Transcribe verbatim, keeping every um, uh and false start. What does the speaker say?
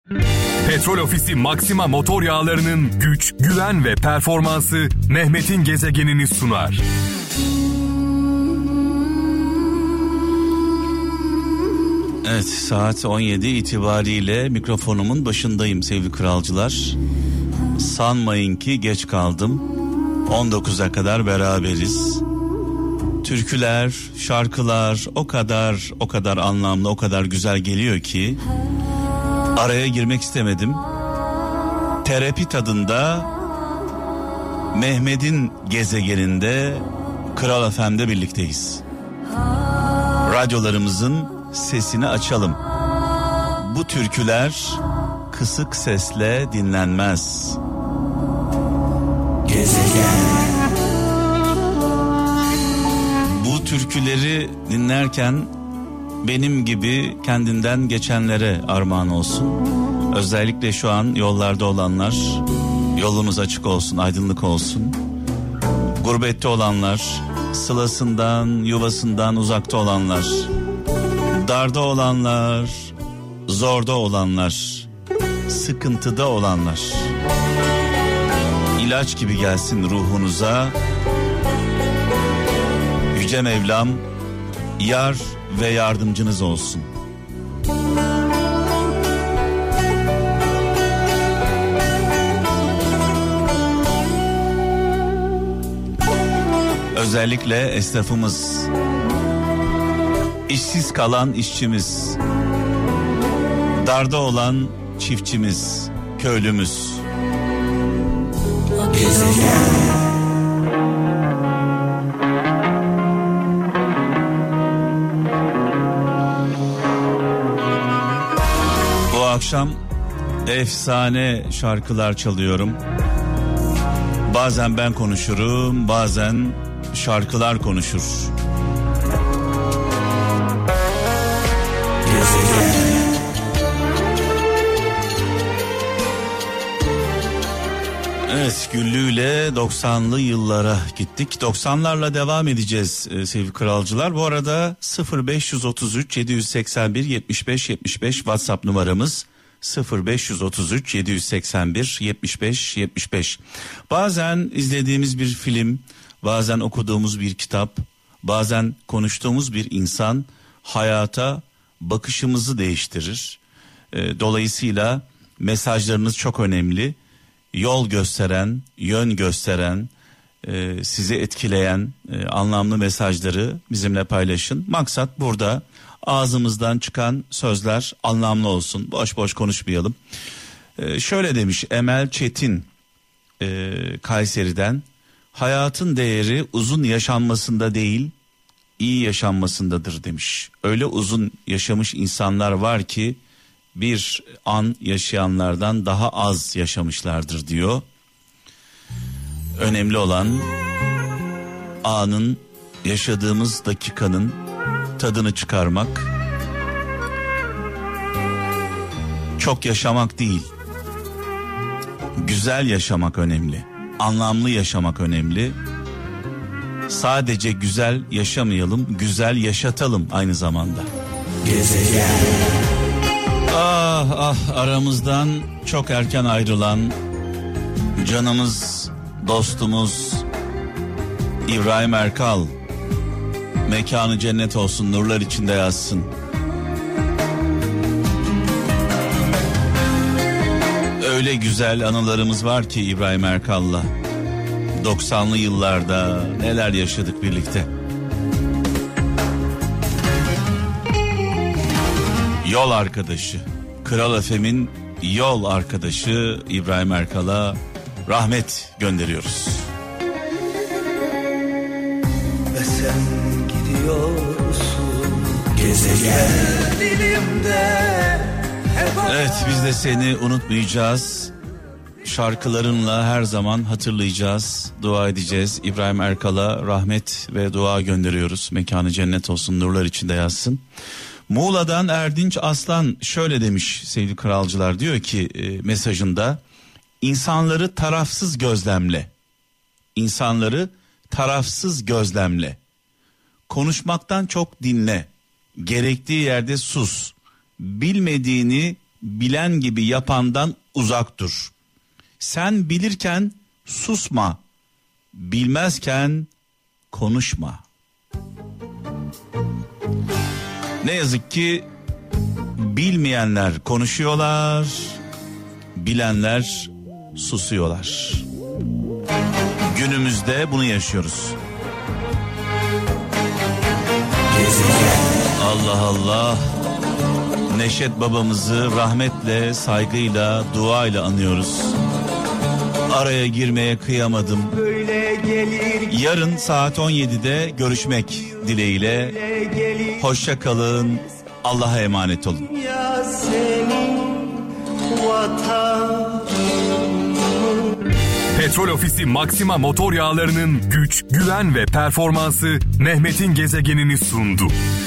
Petrol Ofisi Maxima motor yağlarının güç, güven ve performansı Mehmet'in gezegenini sunar. Evet, saat on yedi itibariyle mikrofonumun başındayım sevgili kralcılar. Sanmayın ki geç kaldım. on dokuza kadar beraberiz. Türküler, şarkılar o kadar o kadar anlamlı, o kadar güzel geliyor ki araya girmek istemedim. Terapi tadında Mehmet'in gezegeninde Kral F M'de birlikteyiz. Radyolarımızın sesini açalım. Bu türküler kısık sesle dinlenmez. Gezegen. Bu türküleri dinlerken benim gibi kendinden geçenlere armağan olsun. Özellikle şu an yollarda olanlar, yolunuz açık olsun, aydınlık olsun. Gurbette olanlar, sılasından, yuvasından uzakta olanlar, darda olanlar, zorda olanlar, sıkıntıda olanlar. İlaç gibi gelsin ruhunuza. Yüce Mevlam yar ve yardımcınız olsun. Özellikle esnafımız, işsiz kalan işçimiz, darda olan çiftçimiz, köylümüz. Gezegen. Bu akşam efsane şarkılar çalıyorum. Bazen ben konuşurum, bazen şarkılar konuşur. Gezegen. Evet, Güllü'yle doksanlı yıllara gittik. doksanlarla devam edeceğiz e, sevgili kralcılar. Bu arada sıfır beş otuz üç yedi seksen bir yetmiş beş yetmiş beş WhatsApp numaramız. sıfır beş otuz üç yedi seksen bir yetmiş beş yetmiş beş. Bazen izlediğimiz bir film, bazen okuduğumuz bir kitap, bazen konuştuğumuz bir insan hayata bakışımızı değiştirir. E, dolayısıyla mesajlarınız çok önemli. Yol gösteren, yön gösteren, e, sizi etkileyen e, anlamlı mesajları bizimle paylaşın. Maksat burada ağzımızdan çıkan sözler anlamlı olsun. Boş boş konuşmayalım. E, şöyle demiş Emel Çetin e, Kayseri'den. Hayatın değeri uzun yaşanmasında değil, iyi yaşanmasındadır demiş. Öyle uzun yaşamış insanlar var ki bir an yaşayanlardan daha az yaşamışlardır diyor. Önemli olan anın, yaşadığımız dakikanın tadını çıkarmak. Çok yaşamak değil, güzel yaşamak önemli, anlamlı yaşamak önemli. Sadece güzel yaşamayalım, güzel yaşatalım aynı zamanda. Gezegen. Ah ah, aramızdan çok erken ayrılan canımız, dostumuz İbrahim Erkal, mekanı cennet olsun, nurlar içinde yatsın. Öyle güzel anılarımız var ki İbrahim Erkal'la. doksanlı yıllarda neler yaşadık birlikte. Yol arkadaşı, Kral F M'in yol arkadaşı İbrahim Erkal'a rahmet gönderiyoruz. Ve sen gidiyorsun gezegen dilimde. Evet, biz de seni unutmayacağız. Şarkılarınla her zaman hatırlayacağız, dua edeceğiz. İbrahim Erkal'a rahmet ve dua gönderiyoruz. Mekanı cennet olsun, nurlar içinde yatsın. Muğla'dan Erdinç Aslan şöyle demiş sevgili kralcılar, diyor ki e, mesajında, insanları tarafsız gözlemle, insanları tarafsız gözlemle, konuşmaktan çok dinle, gerektiği yerde sus, bilmediğini bilen gibi yapandan uzak dur. Sen bilirken susma, bilmezken konuşma. Ne yazık ki bilmeyenler konuşuyorlar, bilenler susuyorlar. Günümüzde bunu yaşıyoruz. Allah Allah. Neşet babamızı rahmetle, saygıyla, duayla anıyoruz. Araya girmeye kıyamadım. Yarın saat on yedide görüşmek dileğiyle. Hoşça kalın. Allah'a emanet olun. Ya senin vatan. Petrol Ofisi Maxima motor yağlarının güç, güven ve performansı Mehmet'in gezegenini sundu.